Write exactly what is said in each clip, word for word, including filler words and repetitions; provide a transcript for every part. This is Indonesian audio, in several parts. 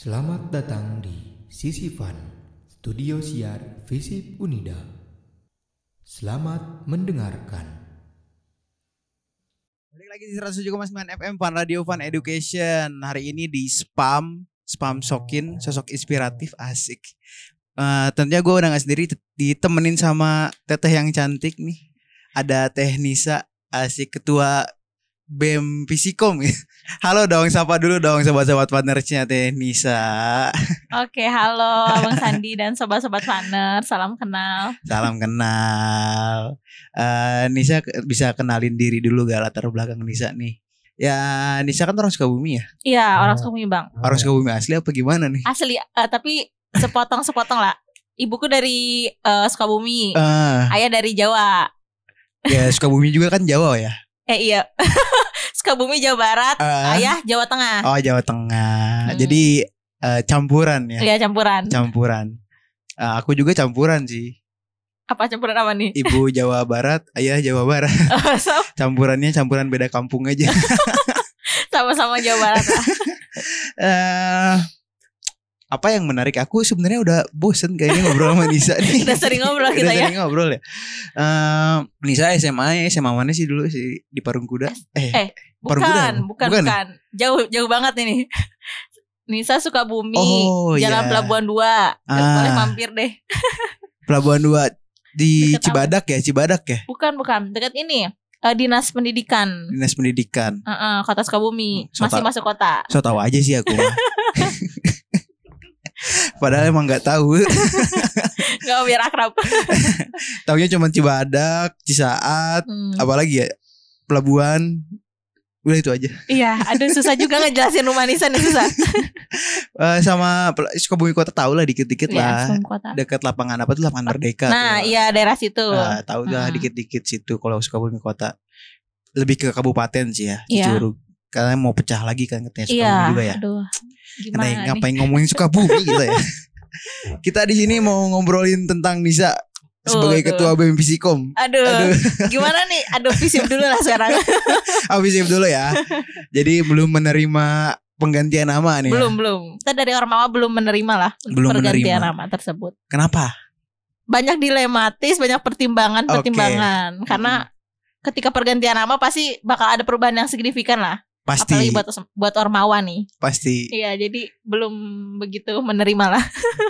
Selamat datang di Sisifan, Studio Siar Visip Unida. Selamat mendengarkan. Balik lagi di seratus tujuh koma sembilan F M Fun Radio Fun Education. Hari ini di Spam Spam Sokin, sosok inspiratif asik. Uh, tentunya gue udah gak sendiri, ditemenin sama teteh yang cantik nih. Ada Teh Nisa, asik, ketua B E M Fisikom. Halo dong, sapa dulu dong sobat-sobat partnersnya Teh Nisa. Oke, halo Abang Sandi dan sobat-sobat partner, salam kenal. Salam kenal. uh, Nisa bisa kenalin diri dulu gak, latar belakang Nisa nih? Ya, Nisa kan orang Sukabumi ya? Iya, orang Sukabumi bang. Orang Sukabumi asli apa gimana nih? Asli, uh, tapi sepotong-sepotong lah. Ibuku dari uh, Sukabumi, uh, ayah dari Jawa. Ya, Sukabumi juga kan Jawa ya? Eh iya, Sukabumi Jawa Barat, uh, ayah Jawa Tengah. Oh, Jawa Tengah. Hmm. Jadi uh, campuran ya? Iya, campuran. Campuran. Uh, aku juga campuran sih. Apa campuran apa nih? Ibu Jawa Barat, ayah Jawa Barat. Oh, so? Campurannya campuran beda kampung aja. Sama-sama Jawa Barat lah. uh, Apa yang menarik aku sebenarnya udah bosen kayaknya ngobrol sama Nisa nih. Udah sering ngobrol kita udah ya. Sering ngobrol ya. Uh, Nisa S M A, S M A mana sih dulu sih di Parung Kuda? Eh, eh bukan, bukan, bukan, bukan, bukan. Jauh, jauh banget ini. Nisa Sukabumi, oh, Jalan yeah. Pelabuhan dua. Ah. Boleh mampir deh. Pelabuhan dua di deket Cibadak apa? ya, Cibadak ya? Bukan, bukan. Dekat ini. Uh, Dinas Pendidikan. Dinas Pendidikan. Uh-uh, Kota Sukabumi. So masih ta- masuk kota. So tahu aja sih aku. Padahal emang nggak tahu. Nggak, biar akrab. Taunya cuma Cibadak, Cisaat, hmm. apalagi ya Pelabuhan. Udah itu aja. Iya, aduh susah juga ngejelasin rumah Nisa nih, susah. uh, Sama Sukabumi Kota tahu lah dikit-dikit ya, lah. Dekat lapangan apa tuh, lapangan Merdeka. Nah, tuh. Iya daerah situ. Uh, tahu lah hmm. dikit-dikit situ. Kalau Sukabumi Kota lebih ke kabupaten sih ya, Cicurug. Karena mau pecah lagi kan katanya Sukabumi iya, juga ya. Aduh. Gimana nih? Ngapain ngomongin Sukabumi gitu ya. Kita di sini mau ngobrolin tentang Nisa sebagai uh, ketua B E M Fisikom. Aduh, Aduh. Gimana nih? Aduh, visip dulu lah sekarang. Oh, visip dulu ya. Jadi belum menerima penggantian nama nih. Belum, ya? belum. Kita dari Ormawa belum menerima lah belum pergantian menerima. nama tersebut. Kenapa? Banyak dilematis, banyak pertimbangan-pertimbangan. Okay. Karena hmm. ketika pergantian nama pasti bakal ada perubahan yang signifikan lah. Pasti. Apalagi buat buat Ormawa nih. Pasti. Iya, jadi belum begitu menerima lah.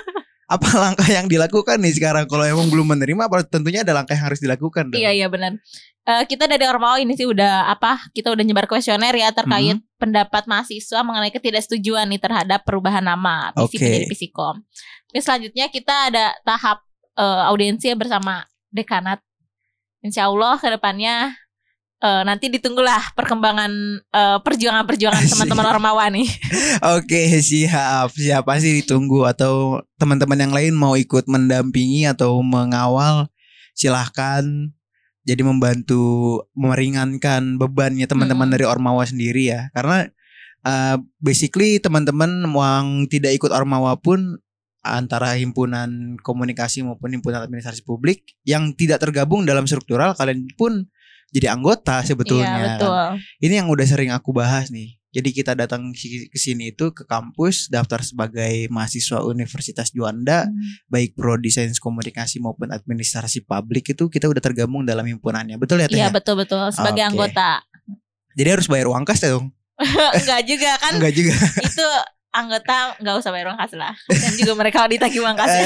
Apa langkah yang dilakukan nih sekarang? Kalau emang belum menerima, tentunya ada langkah yang harus dilakukan dong. Iya, iya benar. Uh, kita dari Ormawa ini sih udah apa? Kita udah nyebar kuesioner ya terkait hmm. pendapat mahasiswa mengenai ketidaksetujuan nih terhadap perubahan nama P C menjadi okay. Fisikom. Terus selanjutnya kita ada tahap uh, audiensi bersama dekanat. Insya Allah ke depannya Uh, nanti ditunggulah perkembangan uh, perjuangan-perjuangan teman-teman Ormawa nih. Oke, siap. Siapa sih ditunggu, atau teman-teman yang lain mau ikut mendampingi atau mengawal, silahkan. Jadi membantu meringankan bebannya teman-teman hmm. dari Ormawa sendiri ya. Karena uh, basically teman-teman yang tidak ikut Ormawa pun, antara himpunan komunikasi maupun himpunan administrasi publik yang tidak tergabung dalam struktural, kalian pun jadi anggota sebetulnya. Iya, betul. Ini yang udah sering aku bahas nih. Jadi kita datang ke sini itu ke kampus, daftar sebagai mahasiswa Universitas Juanda, hmm. baik prodi Sains Komunikasi maupun Administrasi Publik, itu kita udah tergabung dalam himpunannya. Betul ya Teh? Iya, betul-betul sebagai okay. anggota. Jadi harus bayar uang kas ya dong? Enggak juga kan? Enggak juga. Itu anggota enggak usah bayar uang kas lah. Dan juga mereka ditagih uang kas.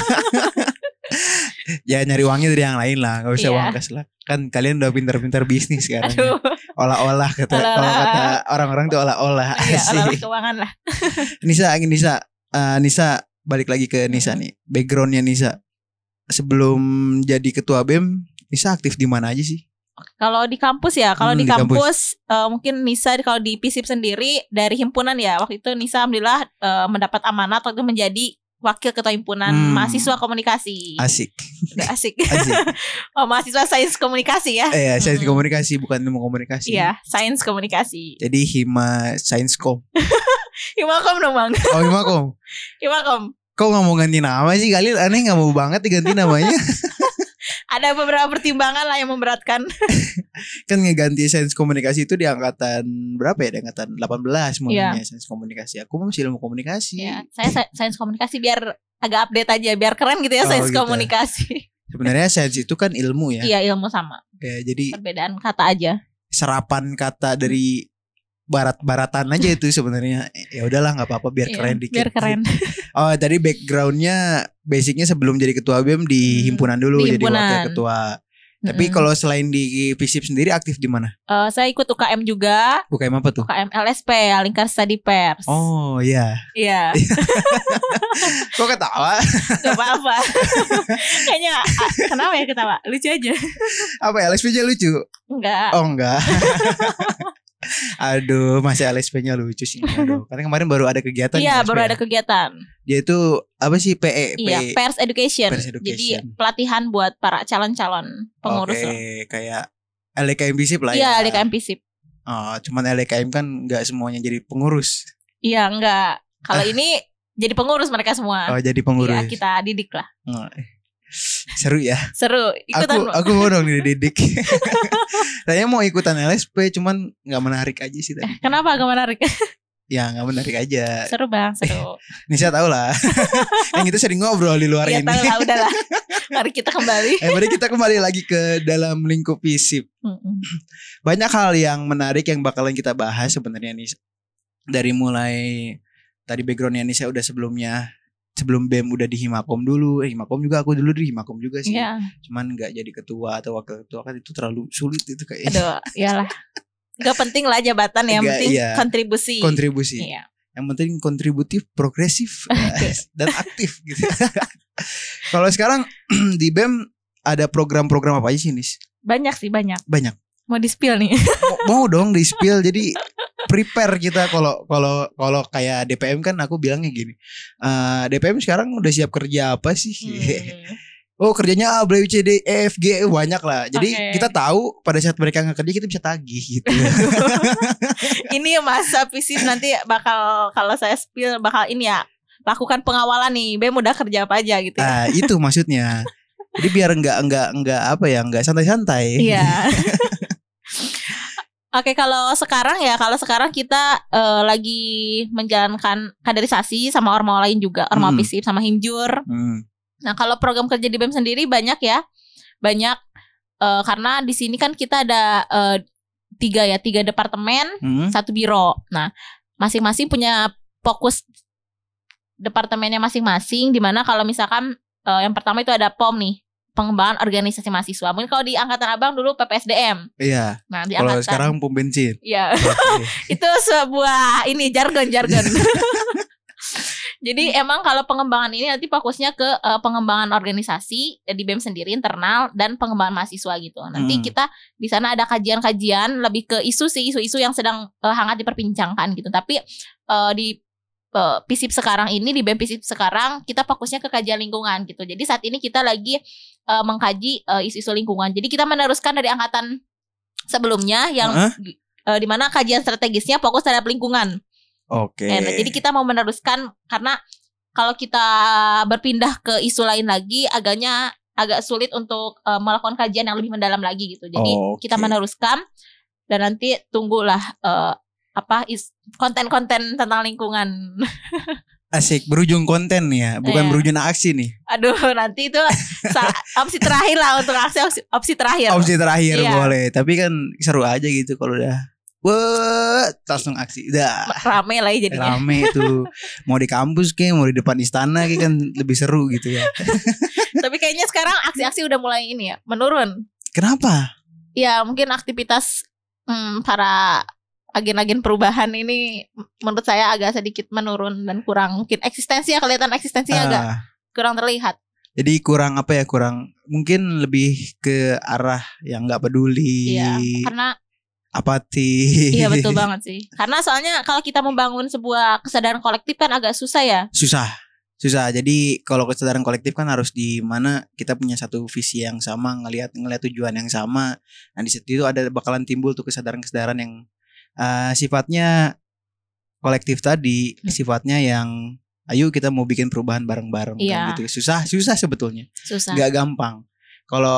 Ya nyari uangnya dari yang lain lah, nggak usah yeah. uang kas lah. Kan kalian udah pintar-pintar bisnis sekarang. Ya. Olah-olah kata kalau kata orang-orang tuh olah-olah. Iya, olah keuangan lah. Nisa, Nisa, uh, Nisa balik lagi ke Nisa nih. Backgroundnya Nisa sebelum jadi ketua B E M, Nisa aktif di mana aja sih? Kalau di kampus ya, kalau hmm, di, di kampus, kampus. Uh, mungkin Nisa kalau di P S I P sendiri dari himpunan ya. Waktu itu Nisa alhamdulillah uh, mendapat amanat waktu menjadi wakil ketua himpunan hmm. mahasiswa komunikasi. Asik. Udah asik. Asik. Oh, mahasiswa sains komunikasi ya. Eh, ya, sains hmm. komunikasi, bukan ilmu komunikasi. Iya, sains komunikasi. Jadi Hima Sainskom. Himakom dong bang. Oh, Himakom. Himakom. Kok nggak mau ganti nama sih? Kalian aneh, nggak mau banget diganti namanya. Ada beberapa pertimbangan lah yang memberatkan. Kan ngeganti sains komunikasi itu di angkatan berapa ya? Di angkatan delapan belas maunya Iya. sains komunikasi. Aku masih ilmu komunikasi. Ya, saya sa- sains komunikasi biar agak update aja, biar keren gitu ya Oh, sains gitu. komunikasi. Sebenarnya sains itu kan ilmu ya. Iya, ilmu sama. Ya, jadi Perbedaan kata aja. serapan kata dari barat-baratan aja itu sebenarnya. Ya udahlah nggak apa-apa biar Iya, keren dikit. biar keren. Oh, tadi backgroundnya basicnya sebelum jadi ketua B E M di Hmm, himpunan dulu di jadi himpunan. wakil ketua. Tapi Mm-mm. kalau selain di FISIP sendiri aktif di mana? Eh, saya ikut U K M juga, U K M apa tuh? U K M L S P, Lingkar Studi Pers. Oh iya. Iya, Kok ketawa? gak apa-apa. Kayaknya ah, kenapa ya ketawa? Lucu aja. Apa L S P-nya lucu? Enggak. Oh enggak. Aduh, masih L S P-nya lucu sih. Aduh, karena kemarin baru ada kegiatan. Iya, ya, L S P baru ya. ada kegiatan. Dia itu apa sih P E? Iya, P E. Pers Education. Pers Education. Jadi pelatihan buat para calon-calon pengurus. Oke, lah. kayak L D K M FISIP lah Iya, ya. L D K M FISIP. Oh, cuman L D K M kan enggak semuanya jadi pengurus. Iya, enggak. Kalau ini jadi pengurus mereka semua. Oh, jadi pengurus. Iya, kita didik lah. Oh, eh. Seru ya. Seru. Ikutan. Aku aku mau dong dididik. Saya mau ikutan L S P cuman nggak menarik aja sih tadi. Kenapa agak menarik? Ya nggak menarik aja. Seru bang, seru. Nisa tahu lah. Yang kita sering ngobrol di luar Iya ini. tahu lah, udahlah. Mari kita kembali. Eh, mari kita kembali lagi ke dalam lingkup FISIP. Mm-mm. Banyak hal yang menarik yang bakalan kita bahas sebenarnya nih. Dari mulai tadi backgroundnya Nisa udah sebelumnya sebelum B E M udah di Himakom dulu. Eh, Himakom juga aku dulu di Himakom juga sih. Iya. Cuman nggak jadi ketua atau wakil ketua kan itu terlalu sulit itu kayaknya. Aduh, iyalah. Gak penting lah jabatan, yang Nggak, penting iya. kontribusi. Kontribusi. Iya. Yang penting kontributif, progresif dan aktif gitu. Kalau sekarang di B E M ada program-program apa aja sih Nis? Banyak sih, banyak. Banyak. Mau di-spill nih. Mau, mau dong di spill jadi prepare kita kalau kalau kalau kayak D P M kan aku bilangnya gini. eh, D P M sekarang udah siap kerja apa sih? Hmm. Oh kerjanya A, B, C, D, E, F, G banyak lah. Jadi Oke. kita tahu pada saat mereka nggak kerja kita bisa tagih gitu. Ini masa FISIP nanti bakal, kalau saya spill bakal ini ya, lakukan pengawalan nih, B E M udah kerja apa aja gitu ya. Nah itu maksudnya. Jadi biar nggak nggak nggak apa ya nggak santai-santai. Iya. Oke, kalau sekarang ya, kalau sekarang kita eh, lagi menjalankan kaderisasi sama ormawa lain juga, ormawa Hmm. FISIP sama Himjur. Hmm. Nah, kalau program kerja di B E M sendiri banyak ya, banyak eh, karena di sini kan kita ada eh, tiga ya, tiga departemen, Hmm. satu biro. Nah, masing-masing punya fokus departemennya masing-masing. Dimana kalau misalkan eh, yang pertama itu ada P O M nih, pengembangan organisasi mahasiswa. Mungkin kalau di angkatan abang dulu P P S D M. Iya. Nah, di Kalau angkatan sekarang pom bensin. ya Oke. itu sebuah ini jargon-jargon. Jadi emang kalau pengembangan ini nanti fokusnya ke eh, pengembangan organisasi eh, di B E M sendiri internal dan pengembangan mahasiswa gitu. Nanti Hmm. kita di sana ada kajian-kajian lebih ke isu sih, isu-isu yang sedang eh, hangat diperbincangkan gitu. Tapi eh, di eh, FISIP sekarang ini, di B E M FISIP sekarang kita fokusnya ke kajian lingkungan gitu. Jadi saat ini kita lagi eh, mengkaji eh, isu-isu lingkungan. Jadi kita meneruskan dari angkatan sebelumnya yang Hah? eh, di mana kajian strategisnya fokus terhadap lingkungan. Oke. Eh, nah, jadi kita mau meneruskan karena kalau kita berpindah ke isu lain lagi agaknya agak sulit untuk eh, melakukan kajian yang lebih mendalam lagi gitu. Jadi Oh, oke. kita meneruskan dan nanti tunggulah eh, apa is- konten-konten tentang lingkungan. Asik berujung konten nih ya, bukan Iya. berujung aksi nih. Aduh, nanti itu sa- opsi terakhir lah untuk aksi opsi, opsi terakhir. Opsi terakhir Iya. boleh, tapi kan seru aja gitu kalau udah wah langsung aksi. Udah Rame lah ya jadinya. rame itu. Mau di kampus kayak mau di depan istana kayak kan lebih seru gitu ya. Tapi kayaknya sekarang aksi-aksi udah mulai ini ya, menurun. Kenapa? Ya mungkin aktivitas hmm, para agen-agen perubahan ini menurut saya agak sedikit menurun dan kurang, mungkin eksistensinya kelihatan eksistensinya agak Ah, kurang terlihat. jadi kurang apa ya, kurang mungkin lebih ke arah yang nggak peduli, Iya, karena apati. iya betul banget sih. Karena soalnya kalau kita membangun sebuah kesadaran kolektif kan agak susah ya. Susah. Susah. Jadi kalau kesadaran kolektif kan harus di mana kita punya satu visi yang sama, ngelihat ngelihat tujuan yang sama. Nah, di situ itu ada bakalan timbul tuh kesadaran-kesadaran yang uh, sifatnya kolektif tadi, Hmm. sifatnya yang ayo kita mau bikin perubahan bareng-bareng Iya. kan gitu. Susah, susah sebetulnya. Susah. Nggak gampang. Kalau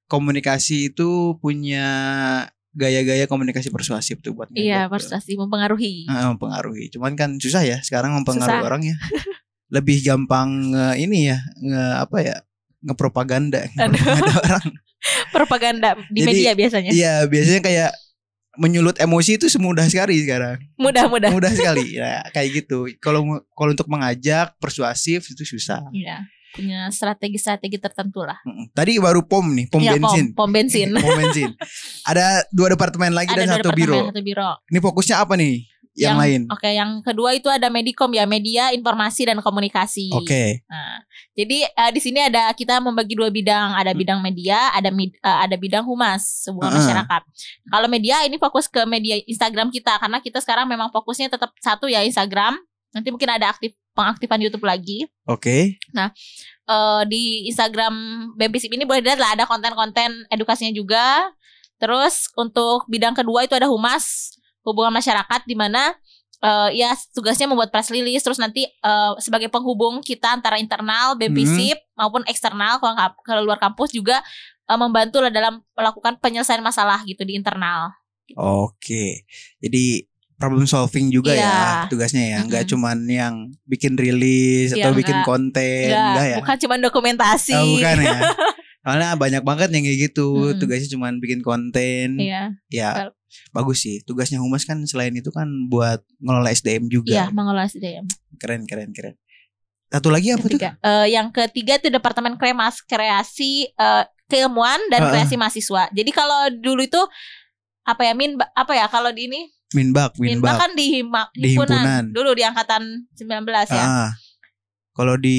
komunikasi itu punya gaya-gaya komunikasi persuasif tuh buat Iya, ngajak. persuasi mempengaruhi. Heeh, mempengaruhi. Cuman kan susah ya sekarang mempengaruhi Susah. orang ya. Lebih gampang nge ini ya, nge apa ya? Ngepropaganda, ngepropaganda orang. Propaganda di Jadi, media biasanya. Iya, biasanya kayak menyulut emosi itu semudah sekali sekarang. Mudah-mudah. Mudah sekali. Ya, kayak gitu. Kalau kalau untuk mengajak persuasif itu susah. Iya, punya strategi-strategi tertentu lah. Mm-mm. Tadi baru pom nih, pom Ya, bensin. Pom, pom bensin. Pom bensin. Ada dua departemen lagi Ada dan dua satu biro. departemen, satu biro. Ini fokusnya apa nih? Yang, lain. Oke, yang kedua itu ada Medikom ya, media, informasi dan komunikasi. Oke. Nah, jadi uh, di sini ada kita membagi dua bidang, ada bidang media, ada mid, uh, ada bidang humas sebuah Uh-uh. masyarakat. Kalau media ini fokus ke media Instagram kita karena kita sekarang memang fokusnya tetap satu ya Instagram. Nanti mungkin ada aktif pengaktifan YouTube lagi. Oke. Uh, di Instagram B M P S I P ini boleh dilihat lah ada konten-konten edukasinya juga. Terus untuk bidang kedua itu ada humas, hubungan masyarakat, di mana uh, ya tugasnya membuat press release, terus nanti uh, sebagai penghubung kita antara internal B M P S I P maupun eksternal ke, ke luar kampus juga uh, membantu lah dalam melakukan penyelesaian masalah gitu di internal. Oke. Jadi problem solving juga Iya. ya tugasnya ya, nggak Mm-mm. cuman yang bikin rilis Iya, atau bikin nggak. konten, Enggak, enggak ya? bukan cuma dokumentasi. Oh, bukan ya. Soalnya banyak banget yang kayak gitu, Mm-mm. tugasnya cuman bikin konten. Iya, Ya, Betul. bagus sih. Tugasnya humas kan selain itu kan buat ngelola S D M juga. iya mengelola S D M. Keren, keren, keren. Satu lagi apa tuh? Ketiga. Eh, yang ketiga itu departemen kremas kreasi eh, keilmuan dan Uh-uh. kreasi mahasiswa. Jadi kalau dulu itu apa ya min apa ya kalau di ini Minbak, Minbak Minbak. kan di, hima, Di himpunan. himpunan dulu di angkatan sembilan belas ya. Ah. Kalau di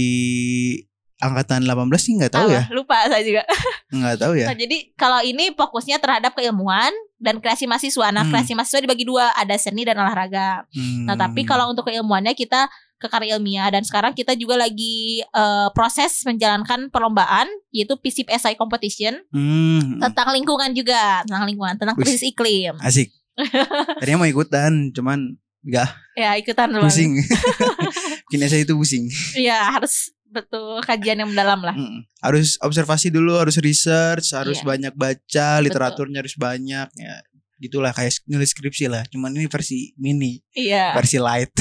angkatan delapan belas sih nggak tahu ya. Ah, lupa saya juga. Nggak tahu ya. Nah, jadi kalau ini fokusnya terhadap keilmuan dan kreasi mahasiswa. Nah, Hmm. kreasi mahasiswa dibagi dua, ada seni dan olahraga. Hmm. Nah, tapi kalau untuk keilmuannya kita ke karya ilmiah dan sekarang kita juga lagi eh, proses menjalankan perlombaan yaitu P S I P Essay Competition Hmm. tentang lingkungan juga, tentang lingkungan, tentang Wih. krisis iklim. Asik. Tadinya mau ikutan, cuman nggak, Ya, ikutan dulu. pusing. Bikin essay itu pusing. Iya, harus betul kajian yang mendalam lah. Mm. Harus observasi dulu, harus research, harus Iya. banyak baca, literaturnya harus banyak ya. Gitulah kayak nulis skripsi lah. Cuman ini versi mini, Iya. versi light.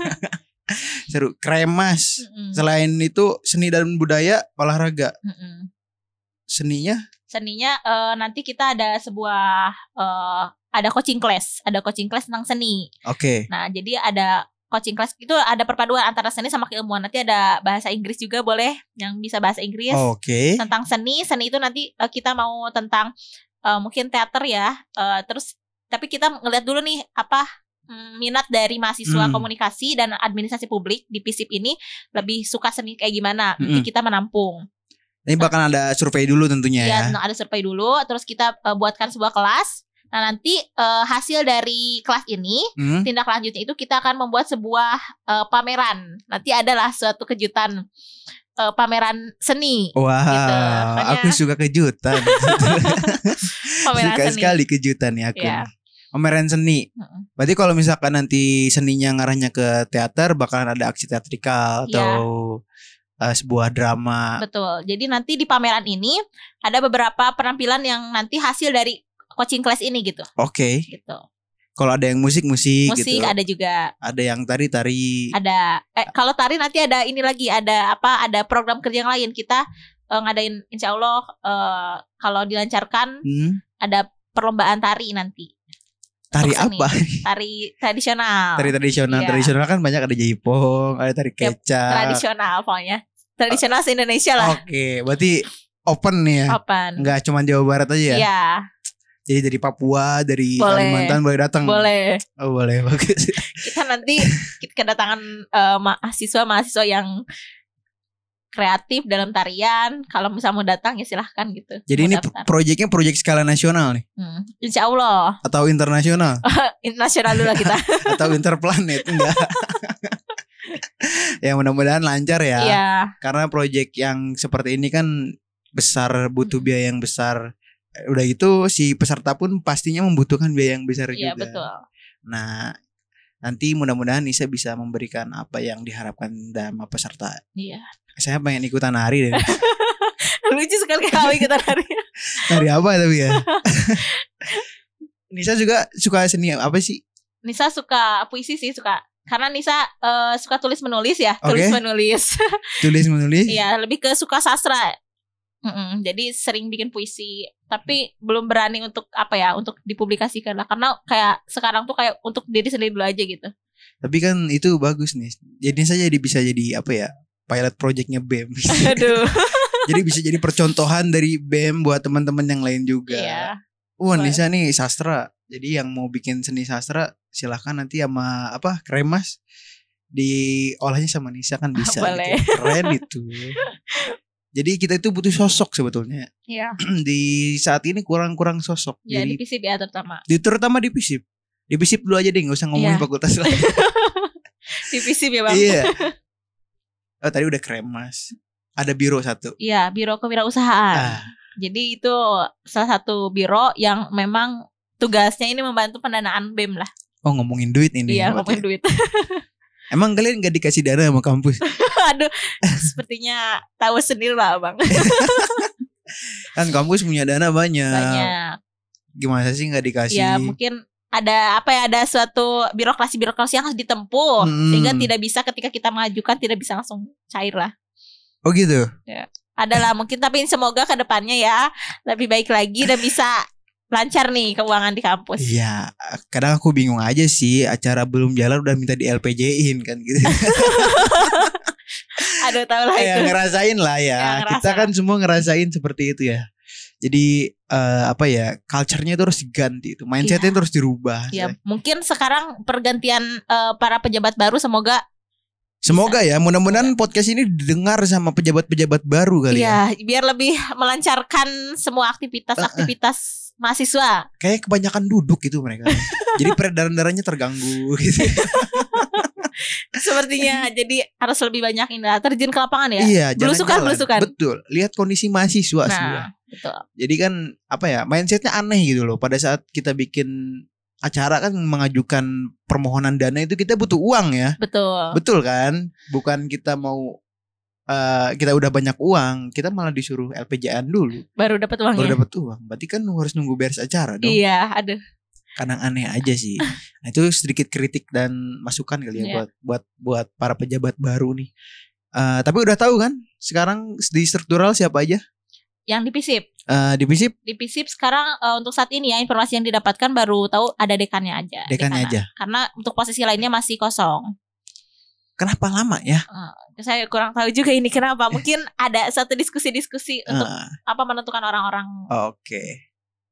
Seru. Kremas. Mm-mm. Selain itu seni dan budaya, olahraga. Mm-mm. Seninya Seninya eh, nanti kita ada sebuah eh, ada coaching class, ada coaching class tentang seni. oke. Nah, jadi ada coaching class itu ada perpaduan antara seni sama keilmuan. Nanti ada bahasa Inggris juga boleh yang bisa bahasa Inggris Oke. tentang seni. Seni itu nanti eh, kita mau tentang eh, mungkin teater ya. Eh, terus tapi kita ngeliat dulu nih apa mm, minat dari mahasiswa Hmm. komunikasi dan administrasi publik di P S I P ini lebih suka seni kayak gimana. Nanti Mm-mm. kita menampung. Ini bakal ada survei dulu tentunya ya. Ya, ada survei dulu, terus kita uh, buatkan sebuah kelas. Nah, nanti uh, hasil dari kelas ini, Hmm? tindak lanjutnya itu kita akan membuat sebuah uh, pameran. Nanti adalah suatu kejutan uh, pameran seni. Wah, Gitu. Makanya- aku suka kejutan. Pameran Suka seni. sekali kejutan ya aku. Iya. Pameran seni. Mm-mm. Berarti kalau misalkan nanti seninya ngarahnya ke teater, bakalan ada aksi teatrikal Iya. atau eh, sebuah drama. Betul. Jadi nanti di pameran ini ada beberapa penampilan yang nanti hasil dari coaching class ini gitu. Oke. Gitu. Kalau ada yang musik musik, Musik gitu. ada juga. Ada yang tari tari. Ada eh, kalau tari nanti ada ini lagi, ada apa, ada program kerja yang lain. Kita eh, ngadain insya Allah eh, kalau dilancarkan Hmm? ada perlombaan tari nanti. Tari Untuk seni. apa? Tari tradisional. Tari tradisional. Iya. Tradisional kan banyak, ada jaipong, ada tari Yap, kecak. Tradisional pokoknya. Tradisional se-Indonesia lah. Oke, berarti open nih ya. Open. Enggak cuma Jawa Barat aja ya. Iya, Jadi dari Papua, dari Boleh. Kalimantan boleh datang. boleh. Oh, boleh. Bagus. Kita nanti kedatangan eh, mahasiswa-mahasiswa yang kreatif dalam tarian. Kalau misalnya mau datang ya silahkan gitu. Jadi Mau ini daftar. proyeknya proyek skala nasional nih Hmm, insya Allah atau internasional internasional dulu lah kita. atau interplanet enggak. Ya mudah-mudahan lancar ya. Iya. Karena proyek yang seperti ini kan besar, butuh Hmm. biaya yang besar. Eh, Udah itu si peserta pun pastinya membutuhkan biaya yang besar Iya juga. betul. Nah, nanti mudah-mudahan Nisa bisa memberikan apa yang diharapkan sama peserta. Iya. Saya pengen ikutan nari deh. Lucu sekali kali kita nari. Nari apa tapi ya? Nisa juga suka seni apa sih? Nisa suka puisi sih, suka. Karena Nisa uh, suka tulis menulis ya, Oke. tulis menulis. Tulis menulis. Iya, lebih ke suka sastra. Mm-mm, jadi sering bikin puisi, tapi belum berani untuk apa ya, untuk dipublikasikan lah. Karena kayak sekarang tuh kayak untuk diri sendiri dulu aja gitu. Tapi kan itu bagus nih. Jadi saya jadi bisa jadi apa ya? Pilot projectnya B E M. Aduh. Jadi bisa jadi percontohan dari B E M buat teman-teman yang lain juga. Iya. Wah, Nisa nih sastra. Jadi yang mau bikin seni sastra silahkan nanti sama apa Kremas diolahnya sama Nisa kan bisa. Boleh. Gitu. Keren itu. Jadi kita itu butuh sosok sebetulnya. Iya. Di saat ini kurang-kurang sosok. Ya Jadi di P S I B ya terutama. di, terutama di P S I P. Di P S I P dulu aja deh, nggak usah ngomongin Iya. fakultas lain. Di P S I B ya bang. Iya. Oh tadi udah Kremas. Ada biro satu. Iya, Biro Kewirausahaan. Ah. Jadi itu salah satu biro yang memang tugasnya ini membantu pendanaan B E M lah. Oh ngomongin duit ini. Iya, berarti. ngomongin duit. Emang kalian gak dikasih dana sama kampus? Aduh, sepertinya tahu sendiri lah bang. Kan kampus punya dana banyak. Banyak. Gimana sih gak dikasih? Ya mungkin ada apa ya, ada suatu birokrasi-birokrasi yang harus ditempuh, Hmm. sehingga tidak bisa ketika kita mengajukan tidak bisa langsung cair lah. Oh gitu. Adalah mungkin, tapi semoga ke depannya ya lebih baik lagi dan bisa lancar nih keuangan di kampus. Iya, kadang aku bingung aja sih, acara belum jalan udah minta di L P J-in kan gitu. Aduh, tau lah Ya itu. ngerasain lah ya. Ya, ngerasa. Kita kan semua ngerasain seperti itu ya. Jadi eh, apa ya, culture-nya itu harus diganti, itu mindset-nya Iya. terus dirubah. Ya, mungkin sekarang pergantian eh, para pejabat baru, semoga Semoga ya, mudah-mudahan podcast ini didengar sama pejabat-pejabat baru kali ya. ya biar lebih melancarkan semua aktivitas-aktivitas mahasiswa. Kayak kebanyakan duduk gitu mereka. Jadi peredaran darahnya terganggu gitu. Sepertinya jadi harus lebih banyak ini lah, terjun ke lapangan ya. Iya, Belusukan, jalan-jalan. belusukan. Betul. Lihat kondisi mahasiswa semua. Nah, betul. Jadi kan apa ya, mindsetnya aneh gitu loh. Pada saat kita bikin acara kan mengajukan permohonan dana itu kita butuh uang ya. Betul. Betul kan? Bukan kita mau uh, kita udah banyak uang, kita malah disuruh L P J-an dulu Baru dapat uangnya. baru dapat uang. Berarti kan harus nunggu beres acara dong. Iya, aduh. Kadang aneh aja sih. Nah, itu sedikit kritik dan masukan kali ya Iya. buat buat buat para pejabat baru nih. Uh, tapi udah tahu kan sekarang di struktural siapa aja? Yang di P S I B. Uh, di P S I P Di P S I B sekarang eh, untuk saat ini ya, informasi yang didapatkan baru tahu ada dekannya aja. Dekannya Dekanan. aja. Karena untuk posisi lainnya masih kosong. kenapa lama ya? Eh, saya kurang tahu juga ini kenapa. Mungkin ada satu diskusi-diskusi untuk Uh, apa menentukan orang-orang. Oke.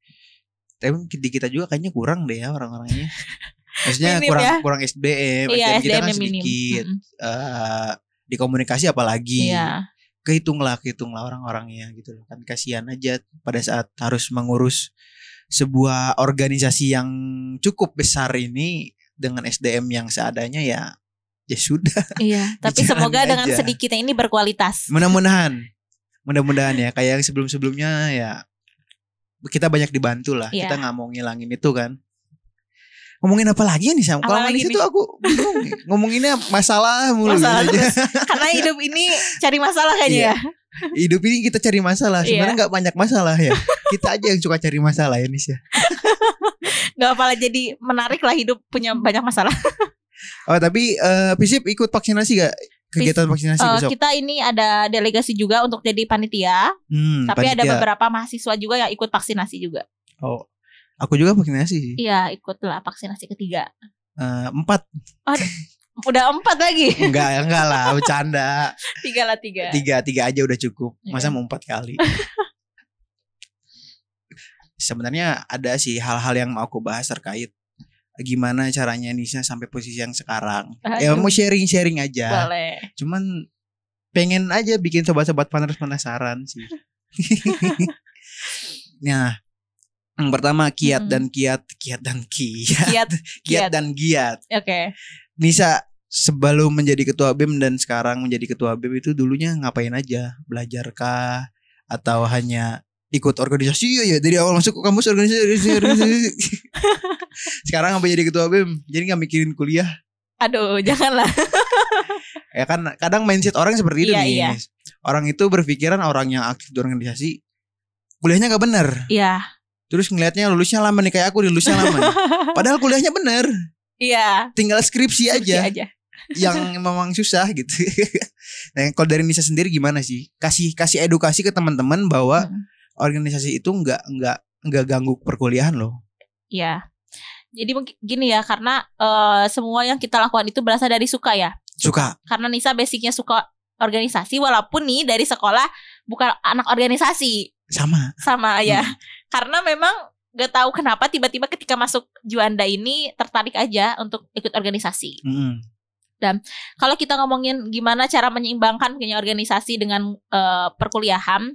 Tapi di kita juga kayaknya kurang deh ya orang-orangnya. Maksudnya Minim kurang ya. kurang S D M, Iya, S D M kita kan S D M-nya minim. sedikit. Mm-mm. Eh, di komunikasi apalagi. Iya. Kehitunglah, kehitunglah orang-orangnya gitu loh. Kan kasihan aja pada saat harus mengurus sebuah organisasi yang cukup besar ini dengan S D M yang seadanya ya. Ya sudah. Iya, tapi Dijalanin semoga dengan aja. sedikitnya ini berkualitas. Mudah-mudahan. Mudah-mudahan ya kayak yang sebelum-sebelumnya ya kita banyak dibantu lah. Iya. Kita nggak mau ngilangin itu kan. Ngomongin apa lagi nih Sam? Kalau Apa lagi Manis itu nih? aku bingung nih. Ngomonginnya masalah mulu Masalah gitu aja. terus. Karena hidup ini cari masalah kayaknya Iya. ya. Hidup ini kita cari masalah. Sebenarnya Iya. nggak banyak masalah ya. Kita aja yang suka cari masalah ya Nis ya. Gak apa-apa, jadi menarik lah hidup punya banyak masalah. Oh tapi uh, P S I P ikut vaksinasi gak? Kegiatan vaksinasi Eh, besok? kita ini ada delegasi juga untuk jadi panitia. Hmm, Tapi ada panitia. beberapa mahasiswa juga yang ikut vaksinasi juga. Oh, aku juga vaksinasi sih. Iya, ikutlah vaksinasi ketiga. Eh, empat. Udah empat lagi. Enggak, enggak lah, bercanda. Tiga lah tiga. Tiga, tiga aja udah cukup. Masa Iya. mau empat kali? Sebenarnya ada sih hal-hal yang mau aku bahas terkait gimana caranya Nisa sampai posisi yang sekarang. Ya Aduh. mau sharing-sharing aja. Boleh. Cuman pengen aja bikin sobat-sobat panas penasaran sih. Nah, yang pertama kiat Mm-mm. dan kiat, kiat dan kiat, Kiat. kiat Kiat. dan giat. Oke. Nisa sebelum menjadi ketua B E M dan sekarang menjadi ketua B E M itu dulunya ngapain aja? Belajarkah atau hanya ikut organisasi? Iya ya, dari awal masuk ke kampus organisasi, organisasi, organisasi. Sekarang apa jadi ketua B E M? Jadi nggak mikirin kuliah? Aduh, janganlah. Ya kan kadang mindset orang seperti itu Iya, nih. iya. Orang itu berpikiran orang yang aktif di organisasi kuliahnya gak bener. Iya. Terus ngelihatnya lulusnya lama nih, kayak aku di lulusnya lama nih. Padahal kuliahnya bener. Iya. Tinggal skripsi, Skripsi aja, aja. yang memang susah gitu. Nah, kalau dari Nisa sendiri gimana sih? Kasih kasih edukasi ke teman-teman bahwa Hmm. organisasi itu nggak nggak nggak ganggu perkuliahan loh. Iya. Jadi mungkin gini ya, karena eh, semua yang kita lakukan itu berasal dari suka ya. Suka. Karena Nisa basicnya suka organisasi, walaupun nih dari sekolah bukan anak organisasi. Sama. Sama ya. Hmm. Karena memang gak tahu kenapa tiba-tiba ketika masuk Juanda ini tertarik aja untuk ikut organisasi. Hmm. Kalau kita ngomongin gimana cara menyeimbangkan punya organisasi dengan uh, perkuliahan,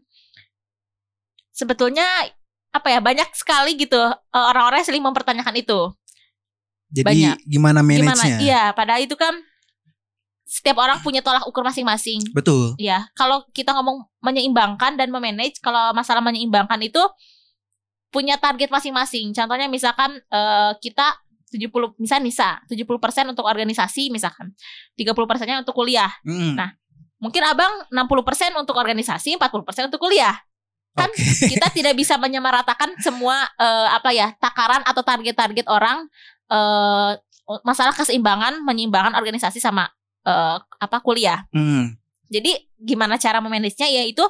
sebetulnya apa ya, banyak sekali gitu uh, orang-orang yang saling mempertanyakan itu. Jadi Banyak. gimana Gimana? manage-nya? Iya, padahal itu kan setiap orang punya tolak ukur masing-masing. Betul. Ya, kalau kita ngomong menyeimbangkan dan memanage, kalau masalah menyeimbangkan itu punya target masing-masing. Contohnya misalkan uh, kita tujuh puluh, misal Nisa tujuh puluh persen untuk organisasi misalkan, tiga puluh persennya untuk kuliah. Hmm. Nah, mungkin Abang enam puluh persen untuk organisasi, empat puluh persen untuk kuliah. Kan Okay. kita tidak bisa menyamaratakan semua uh, apa ya, takaran atau target-target orang uh, masalah keseimbangan, menyeimbangkan organisasi sama uh, apa kuliah. Hmm. Jadi gimana cara memanagenya, yaitu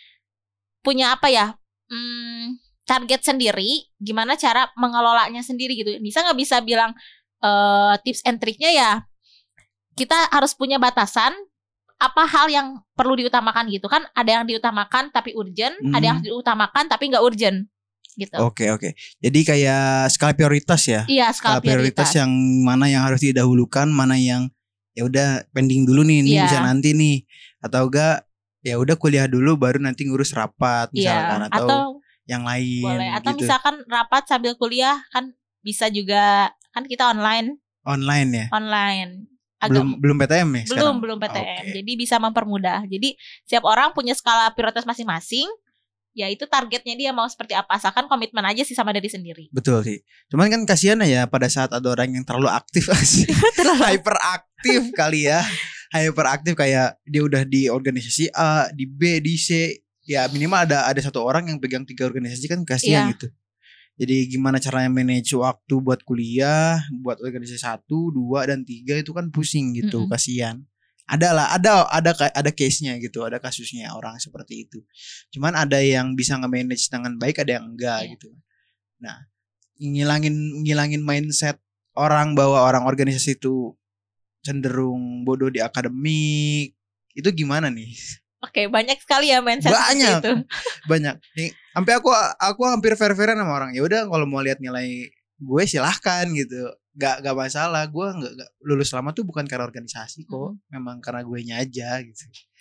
punya apa ya, hmm, target sendiri, gimana cara mengelolanya sendiri gitu. Nisa nggak bisa bilang uh, tips and triknya ya. Kita harus punya batasan apa hal yang perlu diutamakan gitu kan. Ada yang diutamakan tapi urgent, Hmm. ada yang diutamakan tapi nggak urgent gitu. Oke oke. Jadi kayak skala prioritas ya. Iya, skala prioritas. yang mana yang harus didahulukan, mana yang ya udah pending dulu nih, ini Iya. bisa nanti nih. Atau enggak ya udah kuliah dulu baru nanti ngurus rapat misalkan, Iya, atau, atau yang lain boleh, atau gitu. misalkan rapat sambil kuliah kan bisa juga, kan kita online, Online ya. online. Belum belum P T M ya belum sekarang? belum P T M. Oke. Jadi bisa mempermudah. Jadi setiap orang punya skala prioritas masing-masing. Ya itu targetnya dia mau seperti apa. Asalkan komitmen aja sih sama diri sendiri. Betul sih. Cuman kan kasihan ya pada saat ada orang yang terlalu aktif sih. Hyperaktif kali ya. Hyperaktif kayak dia udah di organisasi A, di B, di C. Ya minimal ada ada satu orang yang pegang tiga organisasi, kan kasihan Iya. gitu. Jadi gimana caranya manage waktu buat kuliah, buat organisasi satu, dua, dan tiga itu kan pusing gitu, Mm-mm. kasihan. Ada lah, ada ada ada case-nya gitu, ada kasusnya orang seperti itu. Cuman ada yang bisa nge-manage dengan baik, ada yang enggak Iya. gitu. Nah, ngilangin ngilangin mindset orang bahwa orang organisasi itu cenderung bodoh di akademik, itu gimana nih? Oke, banyak sekali ya mindset seperti Banyak. itu. Banyak nih, sampai aku aku hampir fair-fairan sama orang. Ya udah kalau mau lihat nilai gue silahkan gitu, gak gak masalah. Gue nggak nggak lulus lama tuh bukan karena organisasi kok, Hmm. memang karena gue nya aja gitu.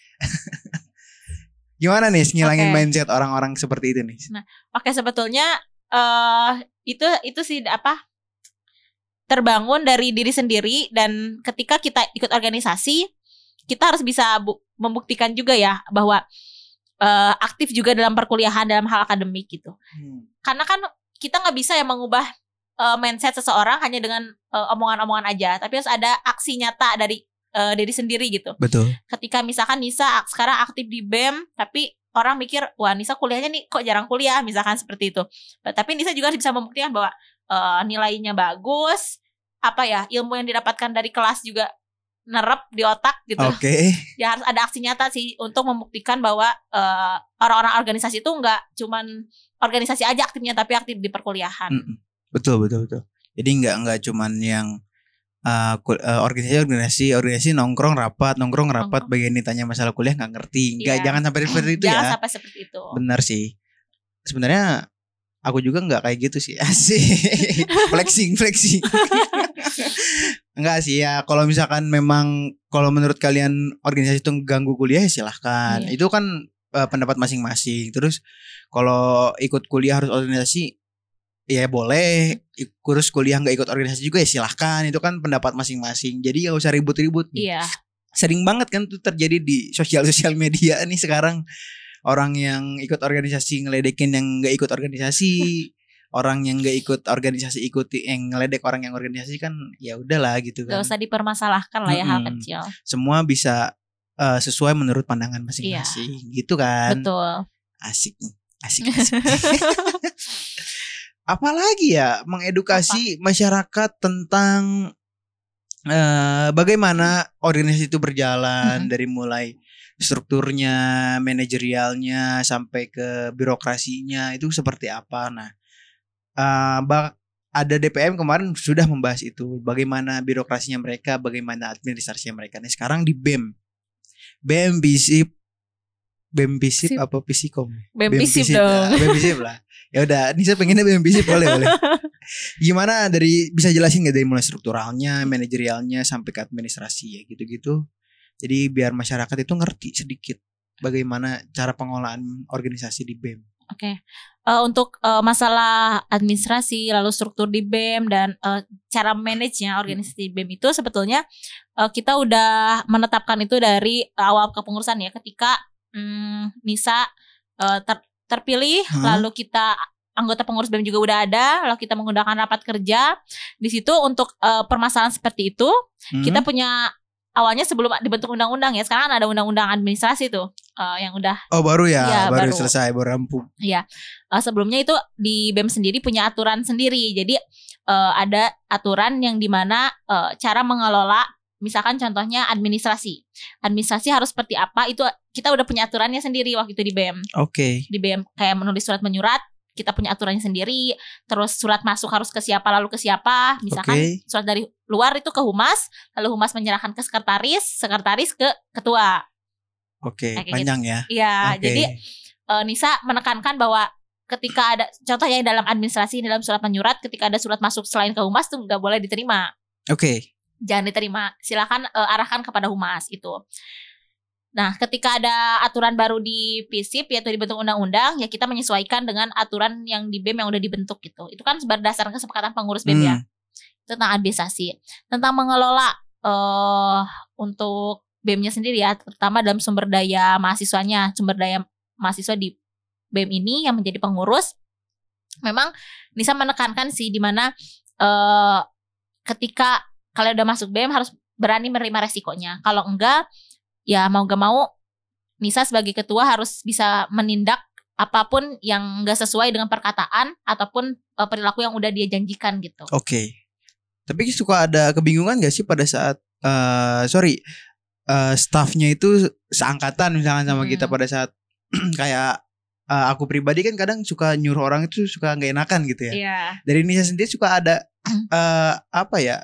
Gimana nih ngilangin Oke. mindset orang-orang seperti itu nih? Oke, sebetulnya eh itu itu sih apa, terbangun dari diri sendiri, dan ketika kita ikut organisasi kita harus bisa bu- membuktikan juga ya bahwa eh, aktif juga dalam perkuliahan, dalam hal akademik gitu. Hmm. Karena kan kita nggak bisa ya mengubah eh, mindset seseorang hanya dengan eh, omongan-omongan aja, tapi harus ada aksi nyata dari eh, diri sendiri gitu. Betul. Ketika misalkan Nisa ak- sekarang aktif di B E M, tapi orang mikir, wah Nisa kuliahnya nih kok jarang kuliah, misalkan seperti itu. Tapi Nisa juga harus bisa membuktikan bahwa eh, nilainya bagus, apa ya, ilmu yang didapatkan dari kelas juga nerep di otak gitu. Oke. Ya harus ada aksi nyata sih untuk membuktikan bahwa eh, orang-orang organisasi itu nggak cuman organisasi aja aktifnya, tapi aktif di perkuliahan. Mm-mm. Betul betul betul. Jadi nggak nggak cuman yang uh, kul- uh, organisasi organisasi organisasi nongkrong rapat nongkrong rapat Nongkrong. bagian ditanya masalah kuliah nggak ngerti. Nggak, Iya. jangan sampai seperti itu Jangan ya. sampai seperti itu. Benar sih. Sebenarnya aku juga nggak kayak gitu sih. Asik. flexing flexing. Enggak sih ya. Kalau misalkan memang kalau menurut kalian organisasi itu ganggu kuliah ya silahkan. Iya. Itu kan uh, pendapat masing-masing. Terus kalau ikut kuliah harus organisasi, ya boleh. Kurus kuliah nggak ikut organisasi juga ya silahkan. Itu kan pendapat masing-masing. Jadi nggak usah ribut-ribut nih. Iya. Sering banget kan tuh terjadi di sosial-sosial media nih sekarang. Orang yang ikut organisasi ngeledekin yang nggak ikut organisasi. orang yang nggak ikut organisasi ikuti yang ngeledek orang yang organisasi kan ya udahlah gitu kan. Gak usah dipermasalahkan lah ya, hal Mm-mm. kecil. Semua bisa uh, sesuai menurut pandangan masing-masing gitu kan. Betul. Asik nih, asik asik. Apalagi ya mengedukasi masyarakat tentang uh, bagaimana organisasi itu berjalan Mm-mm. dari mulai strukturnya, manajerialnya sampai ke birokrasinya itu seperti apa. Nah, uh, bak- ada D P M kemarin sudah membahas itu, bagaimana birokrasinya mereka, bagaimana administrasinya mereka. Nah, sekarang di B E M, B E M Bisip, B E M Bisip Sip. apa Pisikom? B E M Bisip dong. ya, B E M Bisip lah. Ya udah, ini saya pengennya B E M Bisip boleh boleh. Gimana dari bisa jelasin nggak dari mulai strukturalnya, manajerialnya sampai ke administrasi ya gitu-gitu. Jadi biar masyarakat itu ngerti sedikit bagaimana cara pengolahan organisasi di B E M. Oke, okay. uh, untuk uh, masalah administrasi lalu struktur di B E M dan uh, cara manage-nya organisasi di B E M itu sebetulnya uh, kita udah menetapkan itu dari awal kepengurusan ya, ketika um, Nisa uh, ter- terpilih, huh? Lalu kita anggota pengurus B E M juga udah ada, lalu kita menggunakan rapat kerja di situ untuk uh, permasalahan seperti itu. Hmm. Kita punya awalnya sebelum dibentuk undang-undang ya, sekarang ada undang-undang administrasi tuh uh, yang udah oh baru ya, ya baru, baru selesai baru rampung. Iya, uh, sebelumnya itu di B E M sendiri punya aturan sendiri. Jadi uh, ada aturan yang dimana uh, cara mengelola, misalkan contohnya administrasi, administrasi harus seperti apa itu kita udah punya aturannya sendiri waktu itu di B E M. Oke. Okay. Di B E M kayak menulis surat menyurat, kita punya aturannya sendiri. Terus surat masuk harus ke siapa lalu ke siapa. Misalkan okay. surat dari luar itu ke humas, lalu humas menyerahkan ke sekretaris, sekretaris ke ketua. Oke, okay, panjang gitu. Ya. Iya, okay. jadi uh, Nisa menekankan bahwa ketika ada contohnya dalam administrasi, dalam surat menyurat, ketika ada surat masuk selain ke humas tuh nggak boleh diterima. Oke. Okay. Jangan diterima. Silakan uh, arahkan kepada humas itu. Nah, ketika ada aturan baru di Fisip yaitu dibentuk undang-undang, ya kita menyesuaikan dengan aturan yang di B E M yang udah dibentuk gitu. Itu kan berdasarkan kesepakatan pengurus B E M hmm. ya. Itu tentang administrasi, tentang mengelola uh, untuk B E M-nya sendiri ya, terutama dalam sumber daya mahasiswanya, sumber daya mahasiswa di B E M ini yang menjadi pengurus. Memang Nisa menekankan sih di mana uh, ketika kalian udah masuk B E M harus berani menerima resikonya. Kalau enggak, ya mau gak mau Nisa sebagai ketua harus bisa menindak apapun yang gak sesuai dengan perkataan ataupun uh, perilaku yang udah dia janjikan gitu. Oke. Okay. Tapi suka ada kebingungan gak sih pada saat uh, sorry uh, staffnya itu seangkatan misalkan sama hmm. kita pada saat kayak uh, aku pribadi kan kadang suka nyuruh orang itu suka gak enakan gitu ya. Yeah. Dari Nisa sendiri suka ada uh, apa ya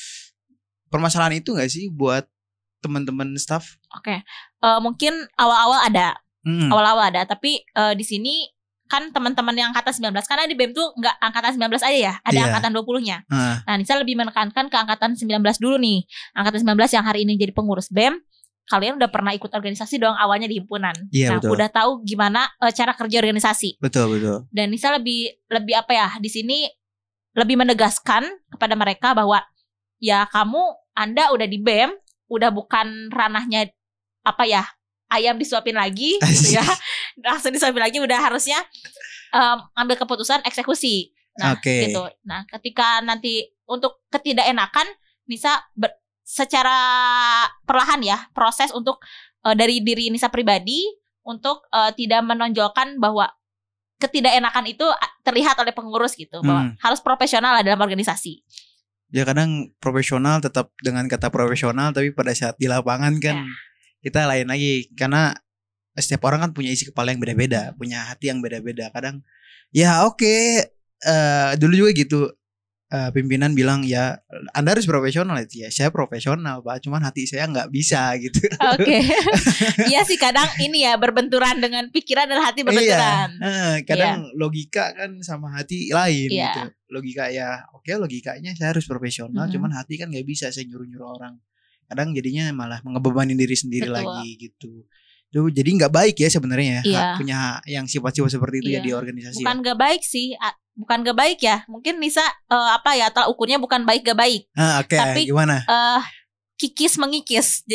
permasalahan itu gak sih buat teman-teman staff? Oke, okay. uh, mungkin awal-awal ada, hmm. awal-awal ada. Tapi uh, di sini kan teman-teman yang angkatan sembilan belas, karena di B E M tuh nggak angkatan sembilan belas aja ya, ada yeah. angkatan dua puluh-nya. Uh. Nah, Nisa lebih menekankan ke angkatan sembilan belas dulu nih. Angkatan sembilan belas yang hari ini jadi pengurus B E M, kalian udah pernah ikut organisasi dong awalnya di himpunan. Yeah, nah, betul. Udah tahu gimana uh, cara kerja organisasi. Betul, betul. Dan Nisa lebih lebih apa ya? Di sini lebih menegaskan kepada mereka bahwa ya kamu Anda udah di B E M, udah bukan ranahnya apa ya? Ayam disuapin lagi gitu ya. Langsung disuapin lagi, udah harusnya um, ambil keputusan eksekusi. Nah, okay. gitu. Nah, ketika nanti untuk ketidakenakan Nisa ber, secara perlahan ya proses untuk uh, dari diri Nisa pribadi untuk uh, tidak menonjolkan bahwa ketidakenakan itu terlihat oleh pengurus gitu, hmm. bahwa harus profesional lah dalam organisasi. Ya kadang profesional tetap dengan kata profesional, tapi pada saat di lapangan kan ya. Kita lain lagi, karena setiap orang kan punya isi kepala yang beda-beda, punya hati yang beda-beda. Kadang ya oke okay, uh, dulu juga gitu uh, pimpinan bilang ya Anda harus profesional. Ya saya profesional Pak, cuman hati saya nggak bisa gitu. Oke. Okay. Iya sih kadang ini ya berbenturan dengan pikiran dan hati berbenturan. Iya. Uh, kadang yeah. logika kan sama hati lain yeah. gitu. Logika ya oke okay, logikanya saya harus profesional, mm-hmm. cuman hati kan nggak bisa saya nyuruh-nyuruh orang. Kadang jadinya malah ngebebani diri sendiri. Betul. Lagi gitu. Tuh, jadi nggak baik ya sebenarnya ya, iya. punya yang sifat-sifat seperti itu iya. ya di organisasi. Bukan nggak ya. baik sih, bukan nggak baik ya. Mungkin Nisa uh, apa ya, tolak ukurnya bukan baik gak baik. Ah, okay. Tapi gimana? Uh, kikis mengikis. Jadi